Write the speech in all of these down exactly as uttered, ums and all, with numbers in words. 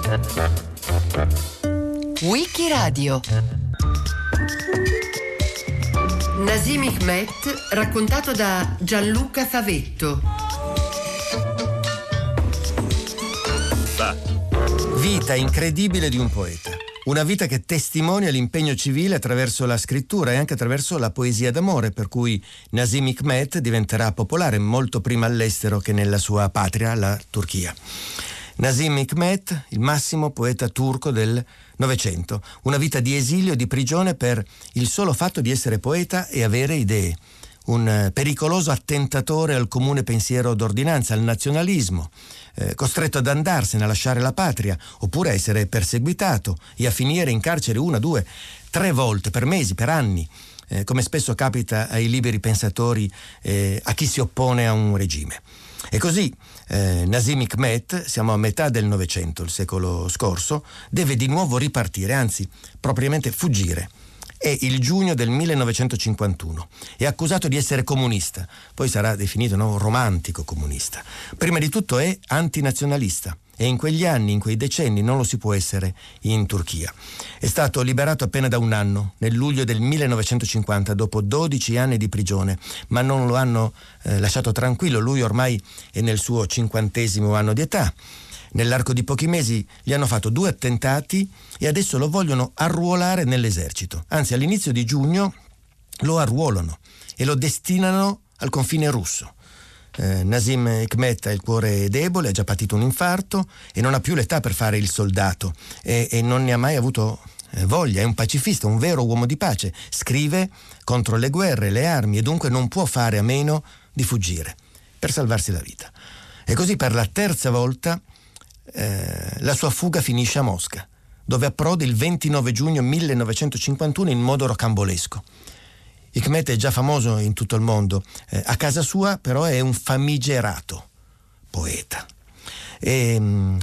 Wikiradio. Nazim Hikmet raccontato da Gianluca Favetto. Vita incredibile di un poeta. Una vita che testimonia l'impegno civile attraverso la scrittura e anche attraverso la poesia d'amore, per cui Nazim Hikmet diventerà popolare molto prima all'estero che nella sua patria, la Turchia. Nazim Hikmet, il massimo poeta turco del Novecento, una vita di esilio e di prigione per il solo fatto di essere poeta e avere idee. Un pericoloso attentatore al comune pensiero d'ordinanza, al nazionalismo, eh, costretto ad andarsene, a lasciare la patria, oppure a essere perseguitato e a finire in carcere una, due, tre volte, per mesi, per anni, eh, come spesso capita ai liberi pensatori, eh, a chi si oppone a un regime. E così eh, Nazim Hikmet, siamo a metà del Novecento, il secolo scorso, deve di nuovo ripartire, anzi propriamente fuggire. È il giugno del millenovecentocinquantuno. È accusato di essere comunista, poi sarà definito no, romantico comunista. Prima di tutto è antinazionalista e in quegli anni, in quei decenni, non lo si può essere in Turchia. È stato liberato appena da un anno, nel luglio del millenovecentocinquanta, dopo dodici anni di prigione, ma non lo hanno eh, lasciato tranquillo. Lui ormai è nel suo cinquantesimo anno di età. Nell'arco di pochi mesi gli hanno fatto due attentati e adesso lo vogliono arruolare nell'esercito. Anzi, all'inizio di giugno lo arruolano e lo destinano al confine russo. Eh, Nazim Hikmet ha il cuore debole, ha già patito un infarto e non ha più l'età per fare il soldato e, e non ne ha mai avuto eh, voglia. È un pacifista, un vero uomo di pace. Scrive contro le guerre, le armi e dunque non può fare a meno di fuggire per salvarsi la vita. E così per la terza volta Eh, la sua fuga finisce a Mosca, dove approda il ventinove giugno millenovecentocinquantuno in modo rocambolesco. Hikmet è già famoso in tutto il mondo, eh, a casa sua però è un famigerato poeta. È,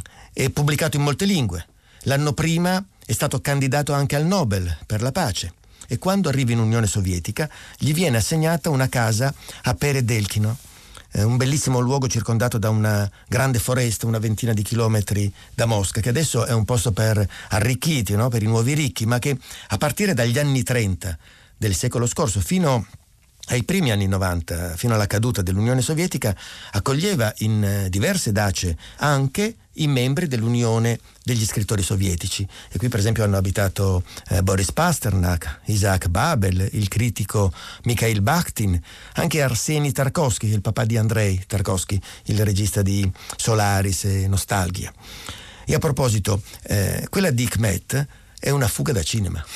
è pubblicato in molte lingue. L'anno prima è stato candidato anche al Nobel per la pace e quando arriva in Unione Sovietica gli viene assegnata una casa a Peredelkino, un bellissimo luogo circondato da una grande foresta, una ventina di chilometri da Mosca, che adesso è un posto per arricchiti, no? Per i nuovi ricchi, ma che a partire dagli anni trenta del secolo scorso fino ai primi anni novanta, fino alla caduta dell'Unione Sovietica, accoglieva in diverse dace anche i membri dell'Unione degli scrittori sovietici. E qui per esempio hanno abitato eh, Boris Pasternak, Isaac Babel, il critico Mikhail Bakhtin, anche Arseny Tarkovsky, il papà di Andrei Tarkovsky, il regista di Solaris e Nostalgia. E a proposito, eh, quella di Hikmet è una fuga da cinema,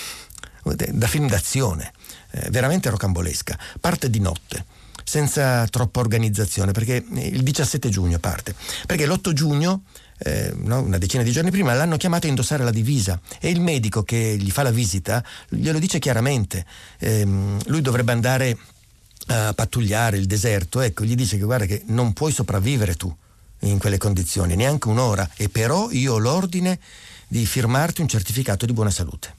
da film d'azione, eh, veramente rocambolesca. Parte di notte, senza troppa organizzazione, perché il diciassette giugno parte, perché l'otto giugno, eh, no, una decina di giorni prima, l'hanno chiamato a indossare la divisa e il medico che gli fa la visita glielo dice chiaramente. Eh, lui dovrebbe andare a pattugliare il deserto, ecco, gli dice che guarda che non puoi sopravvivere tu in quelle condizioni, neanche un'ora, e però io ho l'ordine di firmarti un certificato di buona salute.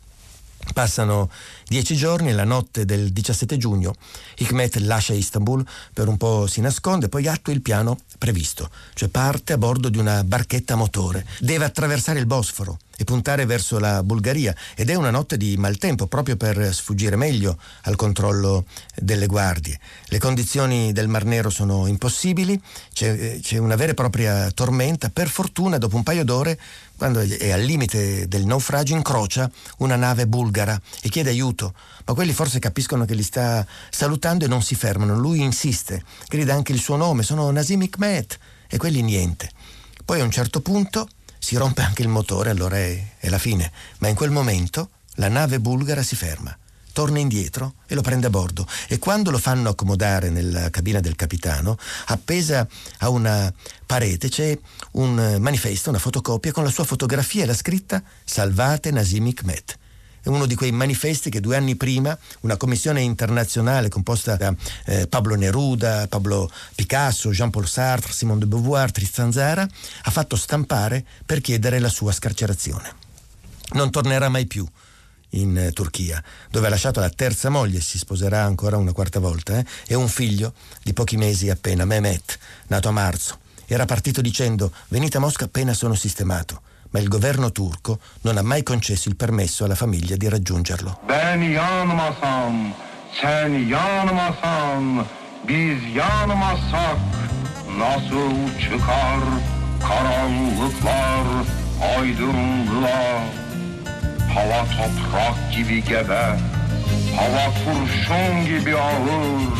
Passano dieci giorni e la notte del diciassette giugno Hikmet lascia Istanbul, per un po' si nasconde, poi attua il piano previsto, cioè parte a bordo di una barchetta a motore, deve attraversare il Bosforo e puntare verso la Bulgaria, ed è una notte di maltempo proprio per sfuggire meglio al controllo delle guardie. Le condizioni del Mar Nero sono impossibili, c'è, c'è una vera e propria tormenta. Per fortuna dopo un paio d'ore, quando è al limite del naufragio, incrocia una nave bulgara e chiede aiuto, ma quelli forse capiscono che li sta salutando e non si fermano. Lui insiste, grida anche il suo nome, sono Nazim Hikmet, e quelli niente. Poi a un certo punto si rompe anche il motore, allora è, è la fine, ma in quel momento la nave bulgara si ferma, torna indietro e lo prende a bordo, e quando lo fanno accomodare nella cabina del capitano, appesa a una parete c'è un manifesto, una fotocopia con la sua fotografia e la scritta "Salvate Nazim Hikmet". È uno di quei manifesti che due anni prima una commissione internazionale composta da eh, Pablo Neruda, Pablo Picasso, Jean-Paul Sartre, Simone de Beauvoir, Tristan Tzara ha fatto stampare per chiedere la sua scarcerazione. Non tornerà mai più in eh, Turchia, dove ha lasciato la terza moglie, si sposerà ancora una quarta volta, eh, e un figlio di pochi mesi appena, Mehmet, nato a marzo. Era partito dicendo: venite a Mosca appena sono sistemato, ma il governo turco non ha mai concesso il permesso alla famiglia di raggiungerlo. Ben yanmasam, sen yanmasan, biz yanmasak, nasıl çıkar karanlıklar aydınlığa. Hava toprak gibi gebe, hava kurşun gibi ağır.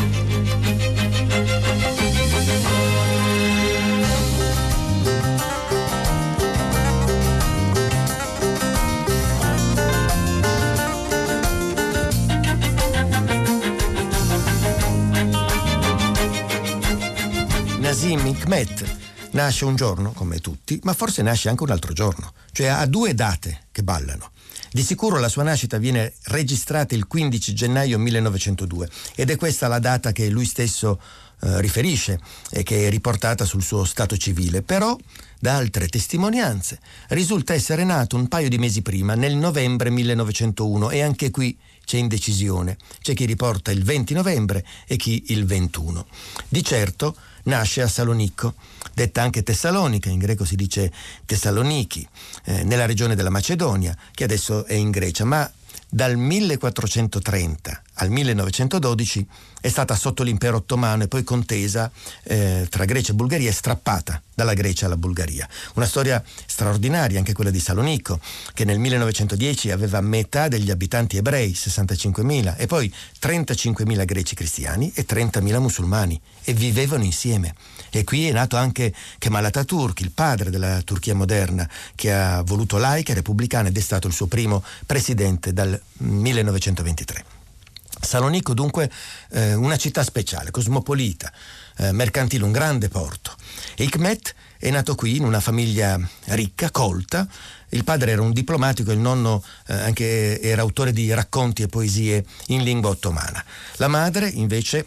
Nazim Hikmet nasce un giorno, come tutti, ma forse nasce anche un altro giorno, cioè ha due date che ballano. Di sicuro la sua nascita viene registrata il quindici gennaio millenovecentodue ed è questa la data che lui stesso eh, riferisce e che è riportata sul suo stato civile, però da altre testimonianze risulta essere nato un paio di mesi prima, nel novembre millenovecentouno, e anche qui c'è indecisione. C'è chi riporta il venti novembre e chi il ventuno. Di certo nasce a Salonicco, detta anche Tessalonica, in greco si dice Tessaloniki, eh, nella regione della Macedonia, che adesso è in Grecia, ma dal millequattrocentotrenta al millenovecentododici è stata sotto l'impero ottomano e poi contesa eh, tra Grecia e Bulgaria e strappata dalla Grecia alla Bulgaria. Una storia straordinaria anche quella di Salonicco, che nel millenovecentodieci aveva metà degli abitanti ebrei, sessantacinquemila, e poi trentacinquemila greci cristiani e trentamila musulmani, e vivevano insieme. E qui è nato anche Kemal Atatürk, il padre della Turchia moderna, che ha voluto laica e repubblicana ed è stato il suo primo presidente dal millenovecentoventitré. Salonicco dunque eh, una città speciale, cosmopolita, eh, mercantile, un grande porto. E Hikmet è nato qui in una famiglia ricca, colta. Il padre era un diplomatico, il nonno eh, anche era autore di racconti e poesie in lingua ottomana. La madre invece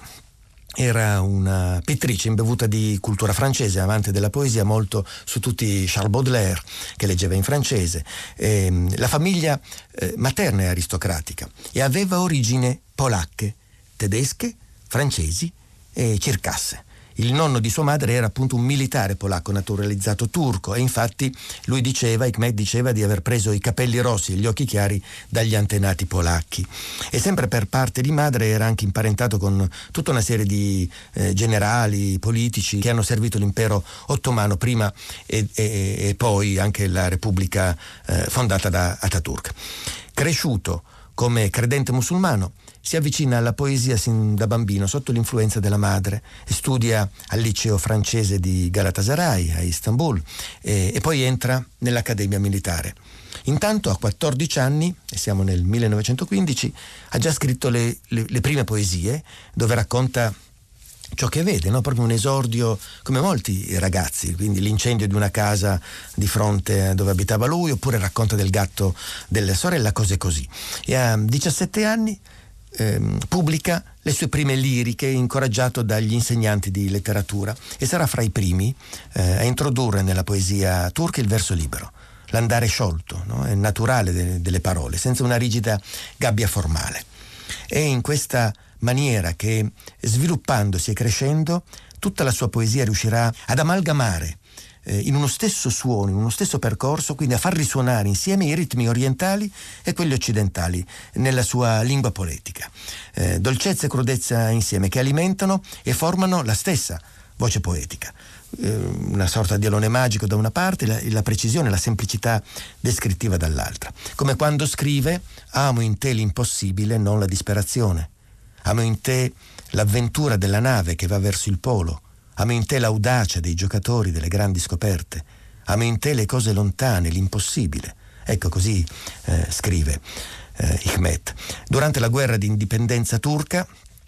era una pittrice imbevuta di cultura francese, amante della poesia, molto su tutti Charles Baudelaire, che leggeva in francese. E, la famiglia eh, materna è aristocratica e aveva origini polacche, tedesche, francesi e circasse. Il nonno di sua madre era appunto un militare polacco naturalizzato turco, e infatti lui diceva, Hikmet diceva, di aver preso i capelli rossi e gli occhi chiari dagli antenati polacchi. E sempre per parte di madre era anche imparentato con tutta una serie di eh, generali, politici che hanno servito l'impero ottomano prima e, e, e poi anche la Repubblica eh, fondata da Atatürk. Cresciuto come credente musulmano, si avvicina alla poesia sin da bambino sotto l'influenza della madre e studia al liceo francese di Galatasaray a Istanbul e, e poi entra nell'accademia militare. Intanto a quattordici anni, e siamo nel millenovecentoquindici, ha già scritto le, le, le prime poesie dove racconta ciò che vede, no? Proprio un esordio come molti ragazzi, quindi l'incendio di una casa di fronte a dove abitava lui, oppure racconta del gatto della sorella, cose così. E a diciassette anni ehm, pubblica le sue prime liriche, incoraggiato dagli insegnanti di letteratura, e sarà fra i primi eh, a introdurre nella poesia turca il verso libero, l'andare sciolto, no? È naturale de- delle parole, senza una rigida gabbia formale. È in questa maniera che, sviluppandosi e crescendo, tutta la sua poesia riuscirà ad amalgamare eh, in uno stesso suono, in uno stesso percorso, quindi a far risuonare insieme i ritmi orientali e quelli occidentali nella sua lingua poetica. Eh, dolcezza e crudezza insieme, che alimentano e formano la stessa voce poetica. Eh, una sorta di alone magico da una parte, la, la precisione, la semplicità descrittiva dall'altra. Come quando scrive: amo in te l'impossibile, non la disperazione. Amo in te l'avventura della nave che va verso il polo. Amo in te l'audacia dei giocatori delle grandi scoperte. Amo in te le cose lontane, l'impossibile. Ecco, così eh, scrive eh, Hikmet. Durante la guerra di indipendenza turca,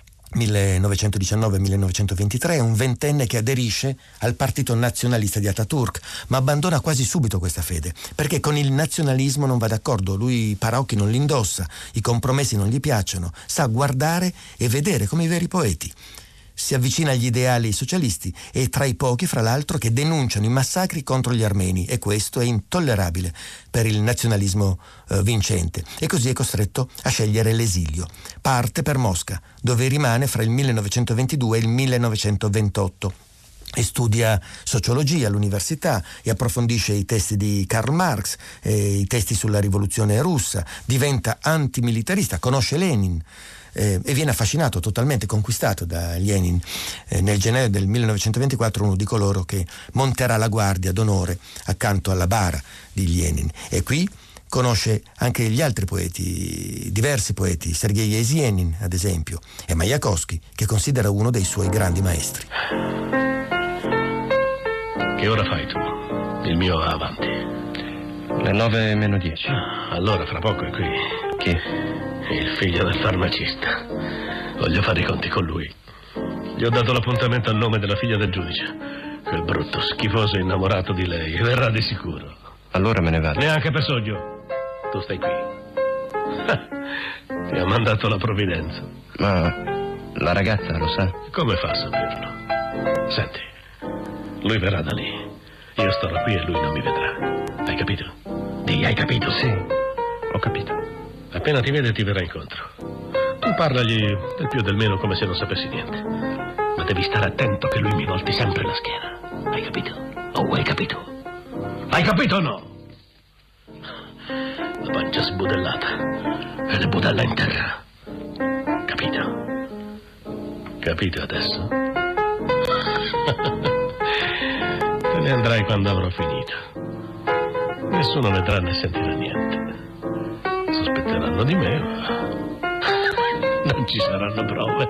millenovecentodiciannove millenovecentoventitré, è un ventenne che aderisce al partito nazionalista di Atatürk, ma abbandona quasi subito questa fede, perché con il nazionalismo non va d'accordo. Lui i paraocchi non li indossa, i compromessi non gli piacciono, sa guardare e vedere come i veri poeti. Si avvicina agli ideali socialisti e è tra i pochi, fra l'altro, che denunciano i massacri contro gli armeni, e questo è intollerabile per il nazionalismo eh, vincente, e così è costretto a scegliere l'esilio. Parte per Mosca, dove rimane fra il millenovecentoventidue e il millenovecentoventotto. e studia sociologia all'università e approfondisce i testi di Karl Marx, eh, i testi sulla rivoluzione russa, diventa antimilitarista, conosce Lenin eh, e viene affascinato, totalmente conquistato da Lenin. Eh, nel gennaio del millenovecentoventiquattro uno di coloro che monterà la guardia d'onore accanto alla bara di Lenin. E qui conosce anche gli altri poeti, diversi poeti, Sergei Yesenin ad esempio, e Majakovskij, che considera uno dei suoi grandi maestri. Che ora fai tu? Il mio va avanti. Le nove meno dieci. Ah, allora fra poco è qui. Chi? Il figlio del farmacista. Voglio fare i conti con lui. Gli ho dato l'appuntamento a nome della figlia del giudice. Quel brutto schifoso innamorato di lei. Verrà di sicuro. Allora me ne vado. Neanche per sogno. Tu stai qui. Ti ha mandato la provvidenza. Ma la ragazza lo sa? Come fa a saperlo? Senti, lui verrà da lì. Io starò qui e lui non mi vedrà. Hai capito? Sì, hai capito? Sì, ho capito. Appena ti vede ti verrà incontro. Tu parlagli del più o del meno come se non sapessi niente. Ma devi stare attento che lui mi volti sempre la schiena. Hai capito? Oh, hai capito? Hai capito o no? La pancia sbudellata e le budella in terra. Capito? Capito adesso? Te ne andrai quando avrò finito. Nessuno vedrà né sentirà niente. Sospetteranno di me, ma non ci saranno prove.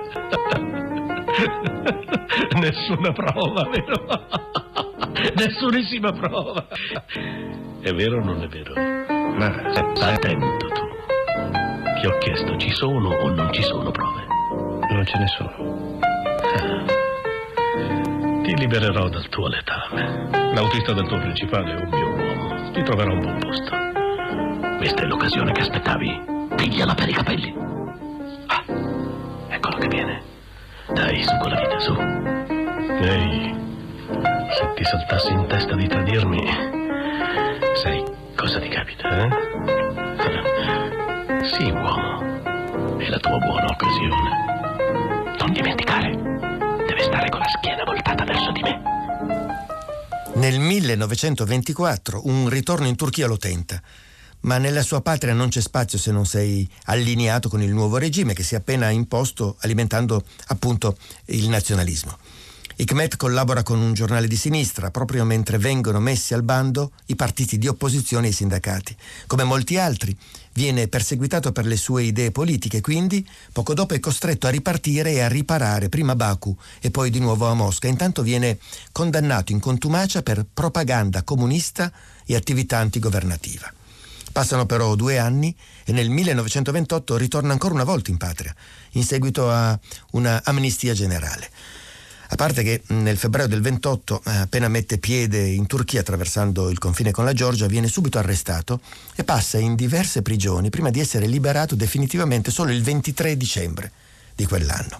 Nessuna prova, vero? Nessunissima prova. È vero o non è vero? Ma Sta attento tu. Ti ho chiesto, ci sono o non ci sono prove? non ce ne sono. Ah. Ti libererò dal tuo letame. L'autista del tuo principale è un mio uomo. Ti troverà un buon posto. Questa è l'occasione che aspettavi. Pigliala per i capelli. Ah, eccolo che viene. Dai, su con la vita, su. Ehi, se ti saltassi in testa di tradirmi, sai cosa ti capita, eh? Sì, uomo, è la tua buona occasione. Non dimenticare, deve stare con la schiena voltata verso di me. Nel millenovecentoventiquattro un ritorno in Turchia lo tenta, ma nella sua patria non c'è spazio se non sei allineato con il nuovo regime che si è appena imposto, alimentando appunto il nazionalismo. Hikmet collabora con un giornale di sinistra proprio mentre vengono messi al bando i partiti di opposizione e i sindacati. Come molti altri, viene perseguitato per le sue idee politiche, quindi poco dopo è costretto a ripartire e a riparare prima a Baku e poi di nuovo a Mosca. Intanto viene condannato in contumacia per propaganda comunista e attività antigovernativa. Passano però due anni e nel millenovecentoventotto ritorna ancora una volta in patria, in seguito a una amnistia generale. A parte che nel febbraio del ventotto, appena mette piede in Turchia attraversando il confine con la Georgia, viene subito arrestato e passa in diverse prigioni prima di essere liberato definitivamente solo il ventitré dicembre di quell'anno.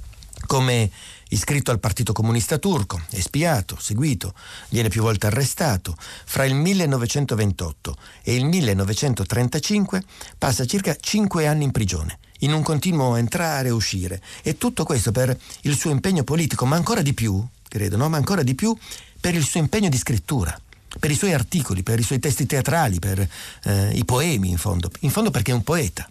Come iscritto al Partito Comunista Turco, è spiato, seguito, viene più volte arrestato. Fra il millenovecentoventotto e il millenovecentotrentacinque passa circa cinque anni in prigione, in un continuo entrare e uscire, e tutto questo per il suo impegno politico, ma ancora di più, credo, no? Ma ancora di più per il suo impegno di scrittura, per i suoi articoli, per i suoi testi teatrali, per eh, i poemi, in fondo, in fondo perché è un poeta.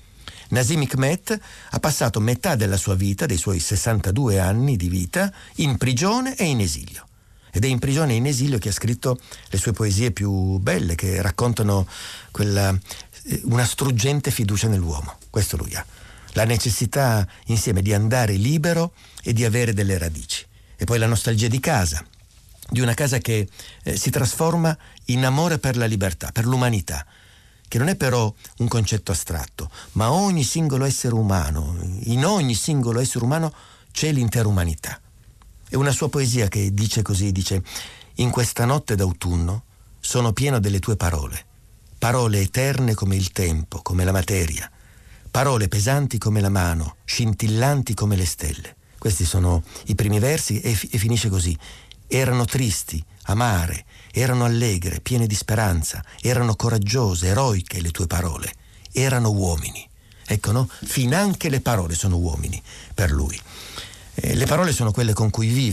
Nazim Hikmet ha passato metà della sua vita, dei suoi sessantadue anni di vita, in prigione e in esilio. Ed è in prigione e in esilio che ha scritto le sue poesie più belle, che raccontano quella, una struggente fiducia nell'uomo. Questo lui ha. La necessità insieme di andare libero e di avere delle radici. E poi la nostalgia di casa, di una casa che eh, si trasforma in amore per la libertà, per l'umanità, che non è però un concetto astratto, ma ogni singolo essere umano, in ogni singolo essere umano c'è l'intera umanità. È una sua poesia che dice così, dice: in questa notte d'autunno sono pieno delle tue parole, parole eterne come il tempo, come la materia, parole pesanti come la mano, scintillanti come le stelle. Questi sono i primi versi e, fi- e finisce così: erano tristi, amare, erano allegre, piene di speranza, erano coraggiose, eroiche le tue parole, erano uomini. Ecco, no? Finanche le parole sono uomini per lui. Eh, le parole sono quelle con cui vive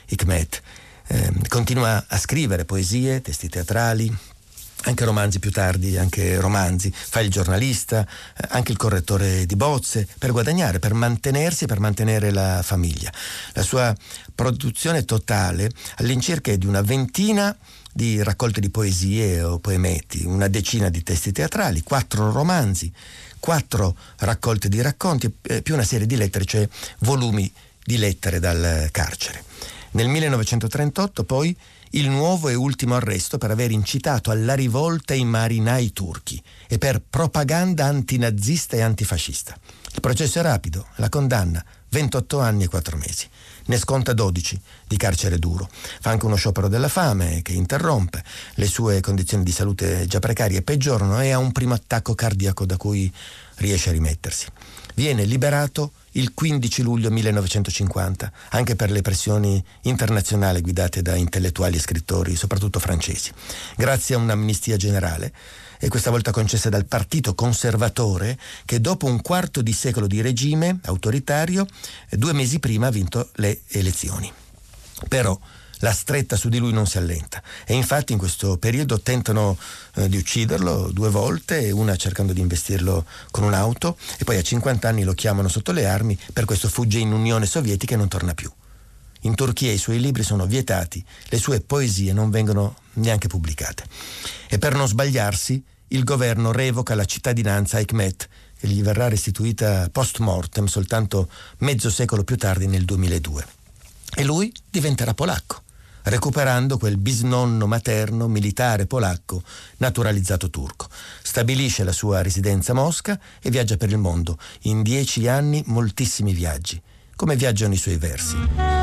Hikmet. Eh, continua a scrivere poesie, testi teatrali, anche romanzi più tardi, anche romanzi, fa il giornalista, eh, anche il correttore di bozze, per guadagnare, per mantenersi, per mantenere la famiglia. La sua produzione totale all'incirca è di una ventina di raccolte di poesie o poemetti, una decina di testi teatrali, quattro romanzi, quattro raccolte di racconti, eh, più una serie di lettere, cioè volumi di lettere dal carcere. Nel millenovecentotrentotto poi il nuovo e ultimo arresto per aver incitato alla rivolta i marinai turchi e per propaganda antinazista e antifascista. Il processo è rapido, la condanna ventotto anni e quattro mesi. Ne sconta dodici di carcere duro. Fa anche uno sciopero della fame che interrompe, le sue condizioni di salute già precarie peggiorano e ha un primo attacco cardiaco da cui riesce a rimettersi. Viene liberato il quindici luglio millenovecentocinquanta, anche per le pressioni internazionali guidate da intellettuali e scrittori, soprattutto francesi. Grazie a un'amnistia generale, e questa volta concessa dal partito conservatore, che dopo un quarto di secolo di regime autoritario, due mesi prima ha vinto le elezioni. Però la stretta su di lui non si allenta e infatti in questo periodo tentano eh, di ucciderlo due volte, una cercando di investirlo con un'auto, e poi a cinquanta anni lo chiamano sotto le armi, per questo fugge in Unione Sovietica e non torna più. In Turchia i suoi libri sono vietati, le sue poesie non vengono neanche pubblicate. E per non sbagliarsi, il governo revoca la cittadinanza a Hikmet, che gli verrà restituita post mortem soltanto mezzo secolo più tardi, nel duemiladue. E lui diventerà polacco, recuperando quel bisnonno materno militare polacco naturalizzato turco. Stabilisce la sua residenza a Mosca e viaggia per il mondo. In dieci anni moltissimi viaggi, come viaggiano i suoi versi.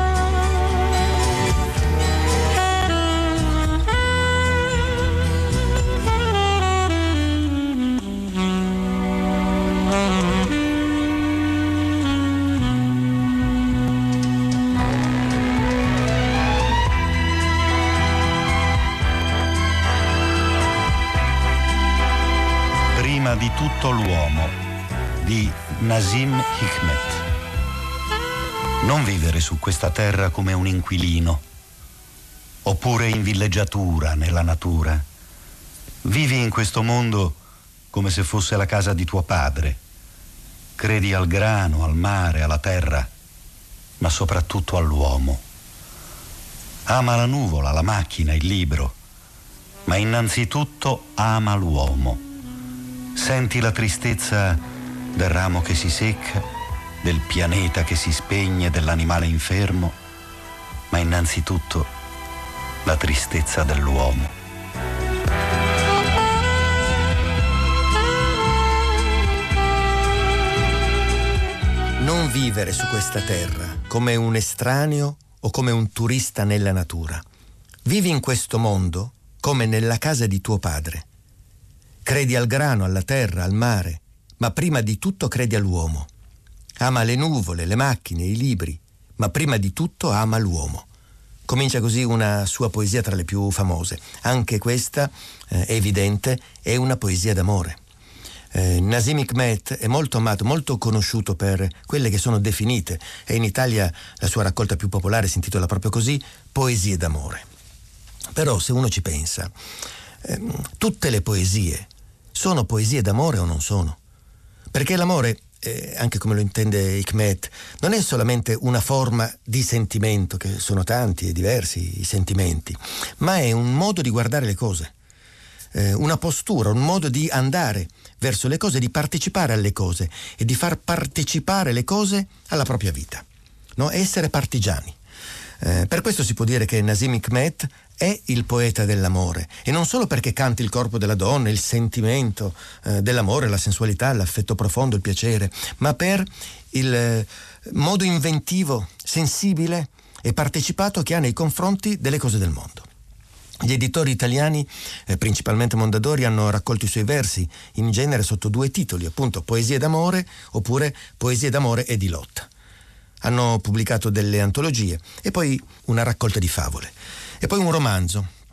Di tutto l'uomo, di Nazim Hikmet. Non vivere su questa terra come un inquilino, oppure in villeggiatura nella natura. Vivi in questo mondo come se fosse la casa di tuo padre. Credi al grano, al mare, alla terra, ma soprattutto all'uomo. Ama la nuvola, la macchina, il libro, ma innanzitutto ama l'uomo. Senti la tristezza del ramo che si secca, del pianeta che si spegne, dell'animale infermo, ma innanzitutto la tristezza dell'uomo. Non vivere su questa terra come un estraneo o come un turista nella natura. Vivi in questo mondo come nella casa di tuo padre. Credi al grano, alla terra, al mare, ma prima di tutto credi all'uomo. Ama le nuvole, le macchine, i libri, ma prima di tutto ama l'uomo. Comincia così una sua poesia tra le più famose. Anche questa, eh, è evidente, è una poesia d'amore. Eh, Nazim Hikmet è molto amato, molto conosciuto per quelle che sono definite, e in Italia la sua raccolta più popolare si intitola proprio così, Poesie d'amore. Però se uno ci pensa, eh, tutte le poesie sono poesie d'amore o non sono? Perché l'amore, eh, anche come lo intende Hikmet, non è solamente una forma di sentimento, che sono tanti e diversi i sentimenti, ma è un modo di guardare le cose, eh, una postura, un modo di andare verso le cose, di partecipare alle cose e di far partecipare le cose alla propria vita, no? Essere partigiani. Eh, per questo si può dire che Nazim Hikmet è il poeta dell'amore, e non solo perché canta il corpo della donna, il sentimento eh, dell'amore, la sensualità, l'affetto profondo, il piacere, ma per il eh, modo inventivo, sensibile e partecipato che ha nei confronti delle cose del mondo. Gli editori italiani, eh, principalmente Mondadori, hanno raccolto i suoi versi in genere sotto due titoli, appunto Poesie d'amore oppure Poesie d'amore e di lotta. Hanno pubblicato delle antologie e poi una raccolta di favole e poi un romanzo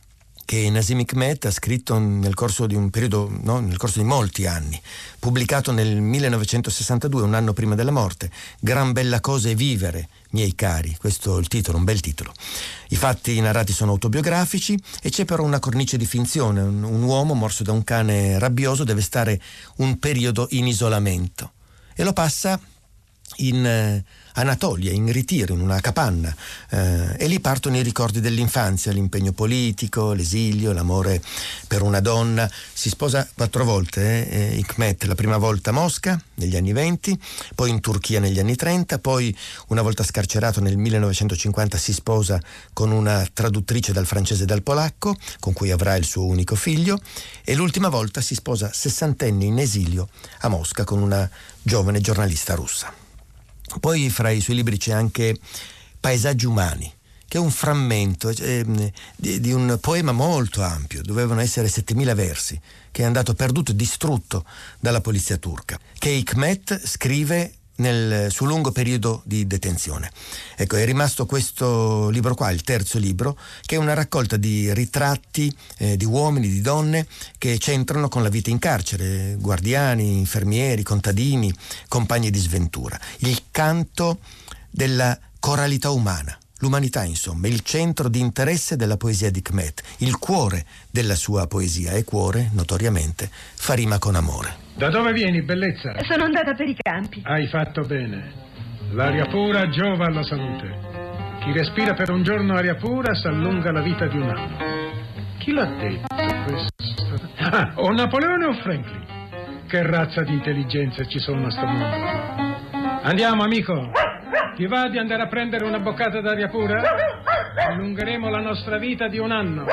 che Nazim Hikmet ha scritto nel corso di un periodo, no, nel corso di molti anni, pubblicato nel millenovecentosessantadue, un anno prima della morte. Gran bella cosa è vivere, miei cari, questo è il titolo, un bel titolo. I fatti narrati sono autobiografici e c'è però una cornice di finzione. Un, un uomo morso da un cane rabbioso deve stare un periodo in isolamento e lo passa in eh, Anatolia, in ritiro, in una capanna, eh, e lì partono i ricordi dell'infanzia, l'impegno politico, l'esilio, l'amore per una donna. Si sposa quattro volte, eh, Hikmet, la prima volta a Mosca negli anni venti, poi in Turchia negli anni trenta, poi una volta scarcerato nel millenovecentocinquanta si sposa con una traduttrice dal francese e dal polacco, con cui avrà il suo unico figlio, e l'ultima volta si sposa sessantenne in esilio a Mosca con una giovane giornalista russa. Poi fra i suoi libri c'è anche Paesaggi umani, che è un frammento eh, di, di un poema molto ampio, dovevano essere settemila versi, che è andato perduto e distrutto dalla polizia turca, che Hikmet scrive nel suo lungo periodo di detenzione. Ecco, è rimasto questo libro qua, il terzo libro, che è una raccolta di ritratti eh, di uomini, di donne che c'entrano con la vita in carcere, guardiani, infermieri, contadini, compagni di sventura. Il canto della coralità umana, l'umanità insomma, il centro di interesse della poesia di Hikmet, il cuore della sua poesia, e cuore, notoriamente, fa rima con amore. Da dove vieni, bellezza? Sono andata per i campi. Hai fatto bene. L'aria pura giova alla salute. Chi respira per un giorno aria pura s'allunga la vita di un anno. Chi l'ha detto questo? Ah, o Napoleone o Franklin. Che razza di intelligenze ci sono a sto mondo. Andiamo, amico. Ti va di andare a prendere una boccata d'aria pura? Allungheremo la nostra vita di un anno.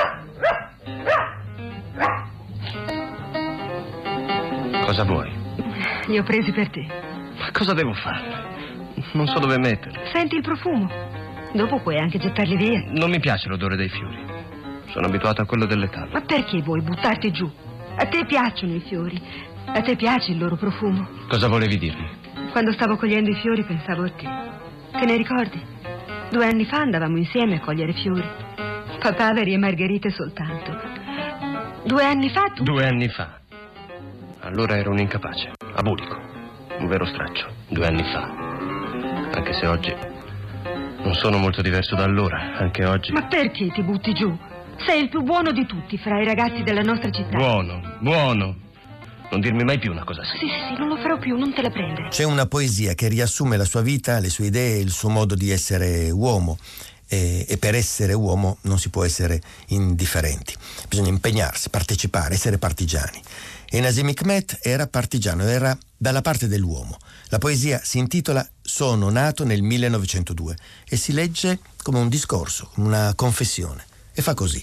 Cosa vuoi? Li ho presi per te. Ma cosa devo fare? Non so dove metterli. Senti il profumo. Dopo puoi anche gettarli via. Non mi piace l'odore dei fiori. Sono abituato a quello dell'età. Ma perché vuoi buttarti giù? A te piacciono i fiori. A te piace il loro profumo. Cosa volevi dirmi? Quando stavo cogliendo i fiori pensavo a te. Te ne ricordi? Due anni fa andavamo insieme a cogliere fiori. Papaveri e margherite soltanto. Due anni fa tu... Due anni fa. Allora ero un incapace, abulico, un vero straccio, due anni fa. Anche se oggi non sono molto diverso da allora, anche oggi. Ma perché ti butti giù? Sei il più buono di tutti fra i ragazzi della nostra città. Buono, buono. Non dirmi mai più una cosa sì. Sì, sì, non lo farò più, non te la prendere. C'è una poesia che riassume la sua vita, le sue idee, il suo modo di essere uomo. E, e per essere uomo non si può essere indifferenti. Bisogna impegnarsi, partecipare, essere partigiani. E Nazim Hikmet era partigiano, era dalla parte dell'uomo. La poesia si intitola Sono nato nel millenovecentodue e si legge come un discorso, una confessione. E fa così.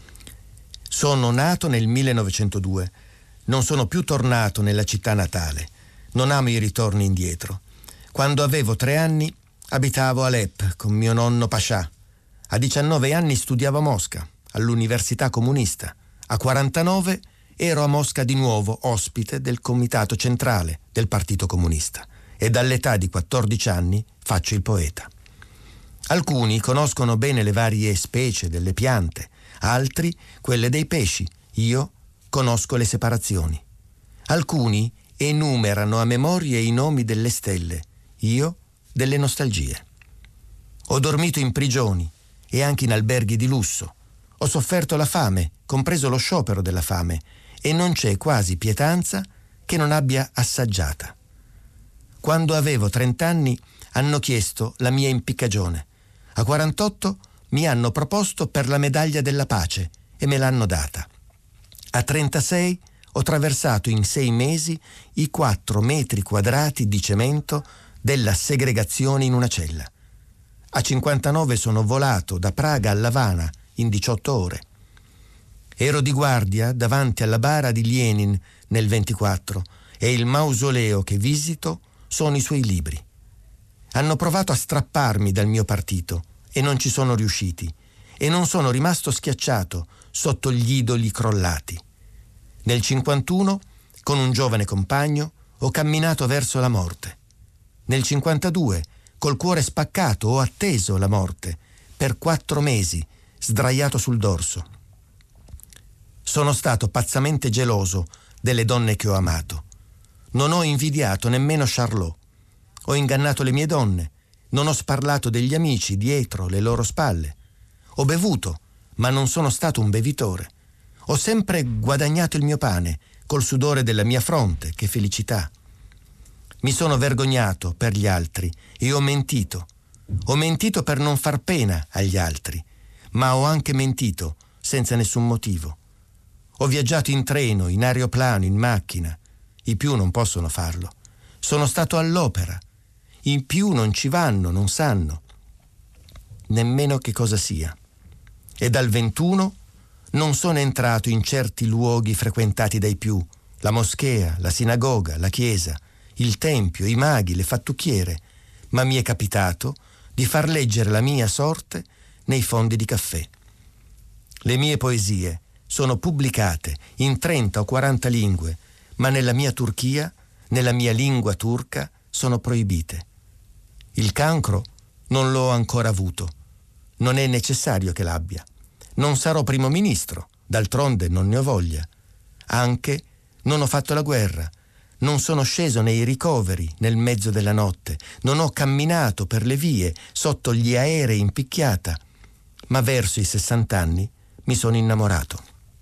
Sono nato nel millenovecentodue, non sono più tornato nella città natale, non amo i ritorni indietro. Quando avevo tre anni abitavo a Alep con mio nonno Pascià. A diciannove anni studiavo a Mosca, all'Università Comunista. A quarantanove ero a Mosca di nuovo ospite del Comitato Centrale del Partito Comunista e dall'età di quattordici anni faccio il poeta. Alcuni conoscono bene le varie specie delle piante, altri quelle dei pesci. Io conosco le separazioni. Alcuni enumerano a memoria i nomi delle stelle, io delle nostalgie. Ho dormito in prigioni e anche in alberghi di lusso. Ho sofferto la fame, compreso lo sciopero della fame, e non c'è quasi pietanza che non abbia assaggiata. Quando avevo trent'anni hanno chiesto la mia impiccagione. A quarantotto mi hanno proposto per la medaglia della pace e me l'hanno data. A trentasei ho traversato in sei mesi i quattro metri quadrati di cemento della segregazione in una cella. A cinquantanove sono volato da Praga a L'Avana in diciotto ore. Ero di guardia davanti alla bara di Lenin nel ventiquattro e il mausoleo che visito sono i suoi libri. Hanno provato a strapparmi dal mio partito e non ci sono riusciti e non sono rimasto schiacciato sotto gli idoli crollati. Nel cinquantuno, con un giovane compagno, ho camminato verso la morte. Nel cinquantadue, col cuore spaccato, ho atteso la morte per quattro mesi, sdraiato sul dorso. Sono stato pazzamente geloso delle donne che ho amato. Non ho invidiato nemmeno Charlot. Ho ingannato le mie donne. Non ho sparlato degli amici dietro le loro spalle. Ho bevuto, ma non sono stato un bevitore. Ho sempre guadagnato il mio pane col sudore della mia fronte. Che felicità! Mi sono vergognato per gli altri e ho mentito. Ho mentito per non far pena agli altri, ma ho anche mentito senza nessun motivo. Ho viaggiato in treno, in aeroplano, in macchina. I più non possono farlo. Sono stato all'opera. I più non ci vanno, non sanno nemmeno che cosa sia. E dal ventuno non sono entrato in certi luoghi frequentati dai più, la moschea, la sinagoga, la chiesa, il tempio, i maghi, le fattucchiere, ma mi è capitato di far leggere la mia sorte nei fondi di caffè. Le mie poesie sono pubblicate in trenta o quaranta lingue, ma nella mia Turchia, nella mia lingua turca, sono proibite. Il cancro non l'ho ancora avuto. Non è necessario che l'abbia. Non sarò primo ministro, d'altronde non ne ho voglia. Anche non ho fatto la guerra. Non sono sceso nei ricoveri nel mezzo della notte. Non ho camminato per le vie sotto gli aerei in picchiata. Ma verso i sessant'anni mi sono innamorato.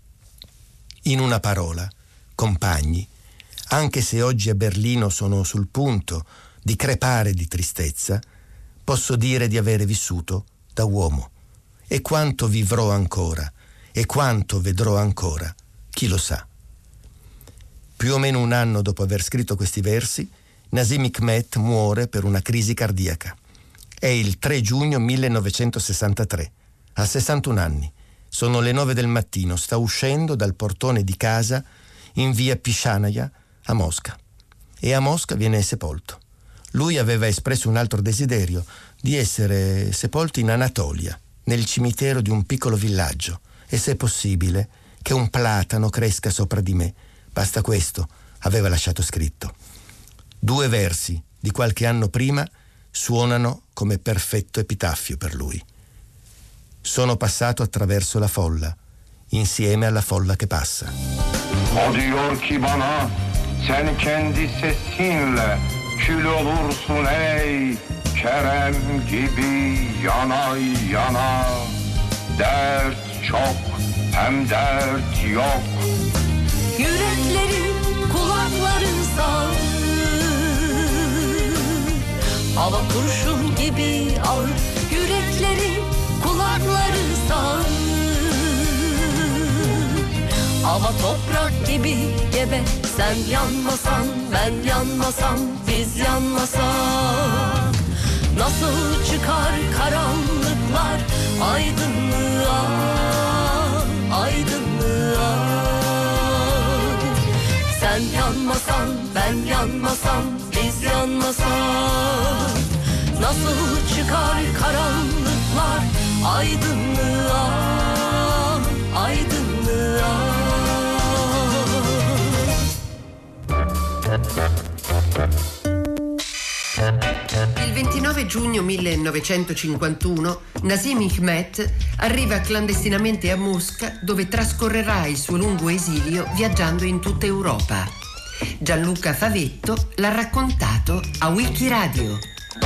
In una parola, compagni, anche se oggi a Berlino sono sul punto di crepare di tristezza, posso dire di avere vissuto da uomo. E quanto vivrò ancora, e quanto vedrò ancora, chi lo sa. Più o meno un anno dopo aver scritto questi versi, Nazim Hikmet muore per una crisi cardiaca. È il tre giugno millenovecentosessantatré, ha sessantuno anni. Sono le nove del mattino, sta uscendo dal portone di casa in via Pishanaya a Mosca. E a Mosca viene sepolto. Lui aveva espresso un altro desiderio, di essere sepolto in Anatolia, nel cimitero di un piccolo villaggio, e se possibile che un platano cresca sopra di me. Basta questo, aveva lasciato scritto. Due versi di qualche anno prima suonano come perfetto epitaffio per lui. Sono passato attraverso la folla, insieme alla folla che passa. O diyor ki bana, sen kendi sesinle kül olursun ey, Kerem gibi yana yana. Dert çok hem dert yok. Yüreklerin kulakların sağır, hava kurşun gibi ağır. Yüreklerin kulakları sağır, hava toprak gibi gebe. Sen yanmasan, ben yanmasam, biz yanmasak nasıl çıkar karanlıklar aydınlığa, aydınlığa. Sen yanmasan, ben yanmasam, biz yanmasak nasıl çıkar karanlıklar aydınlığa, aydınlığa. Il ventinove giugno millenovecentocinquantuno Nazim Hikmet arriva clandestinamente a Mosca, dove trascorrerà il suo lungo esilio viaggiando in tutta Europa. Gianluca Favetto l'ha raccontato a Wikiradio.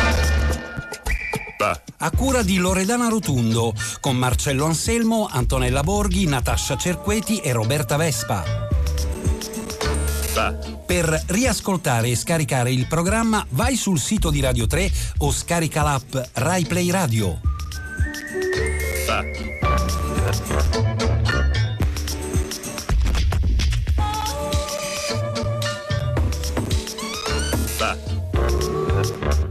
A cura di Loredana Rotundo, con Marcello Anselmo, Antonella Borghi, Natascia Cerqueti e Roberta Vespa. Per riascoltare e scaricare il programma vai sul sito di Radio tre o scarica l'app Rai Play Radio. Ba.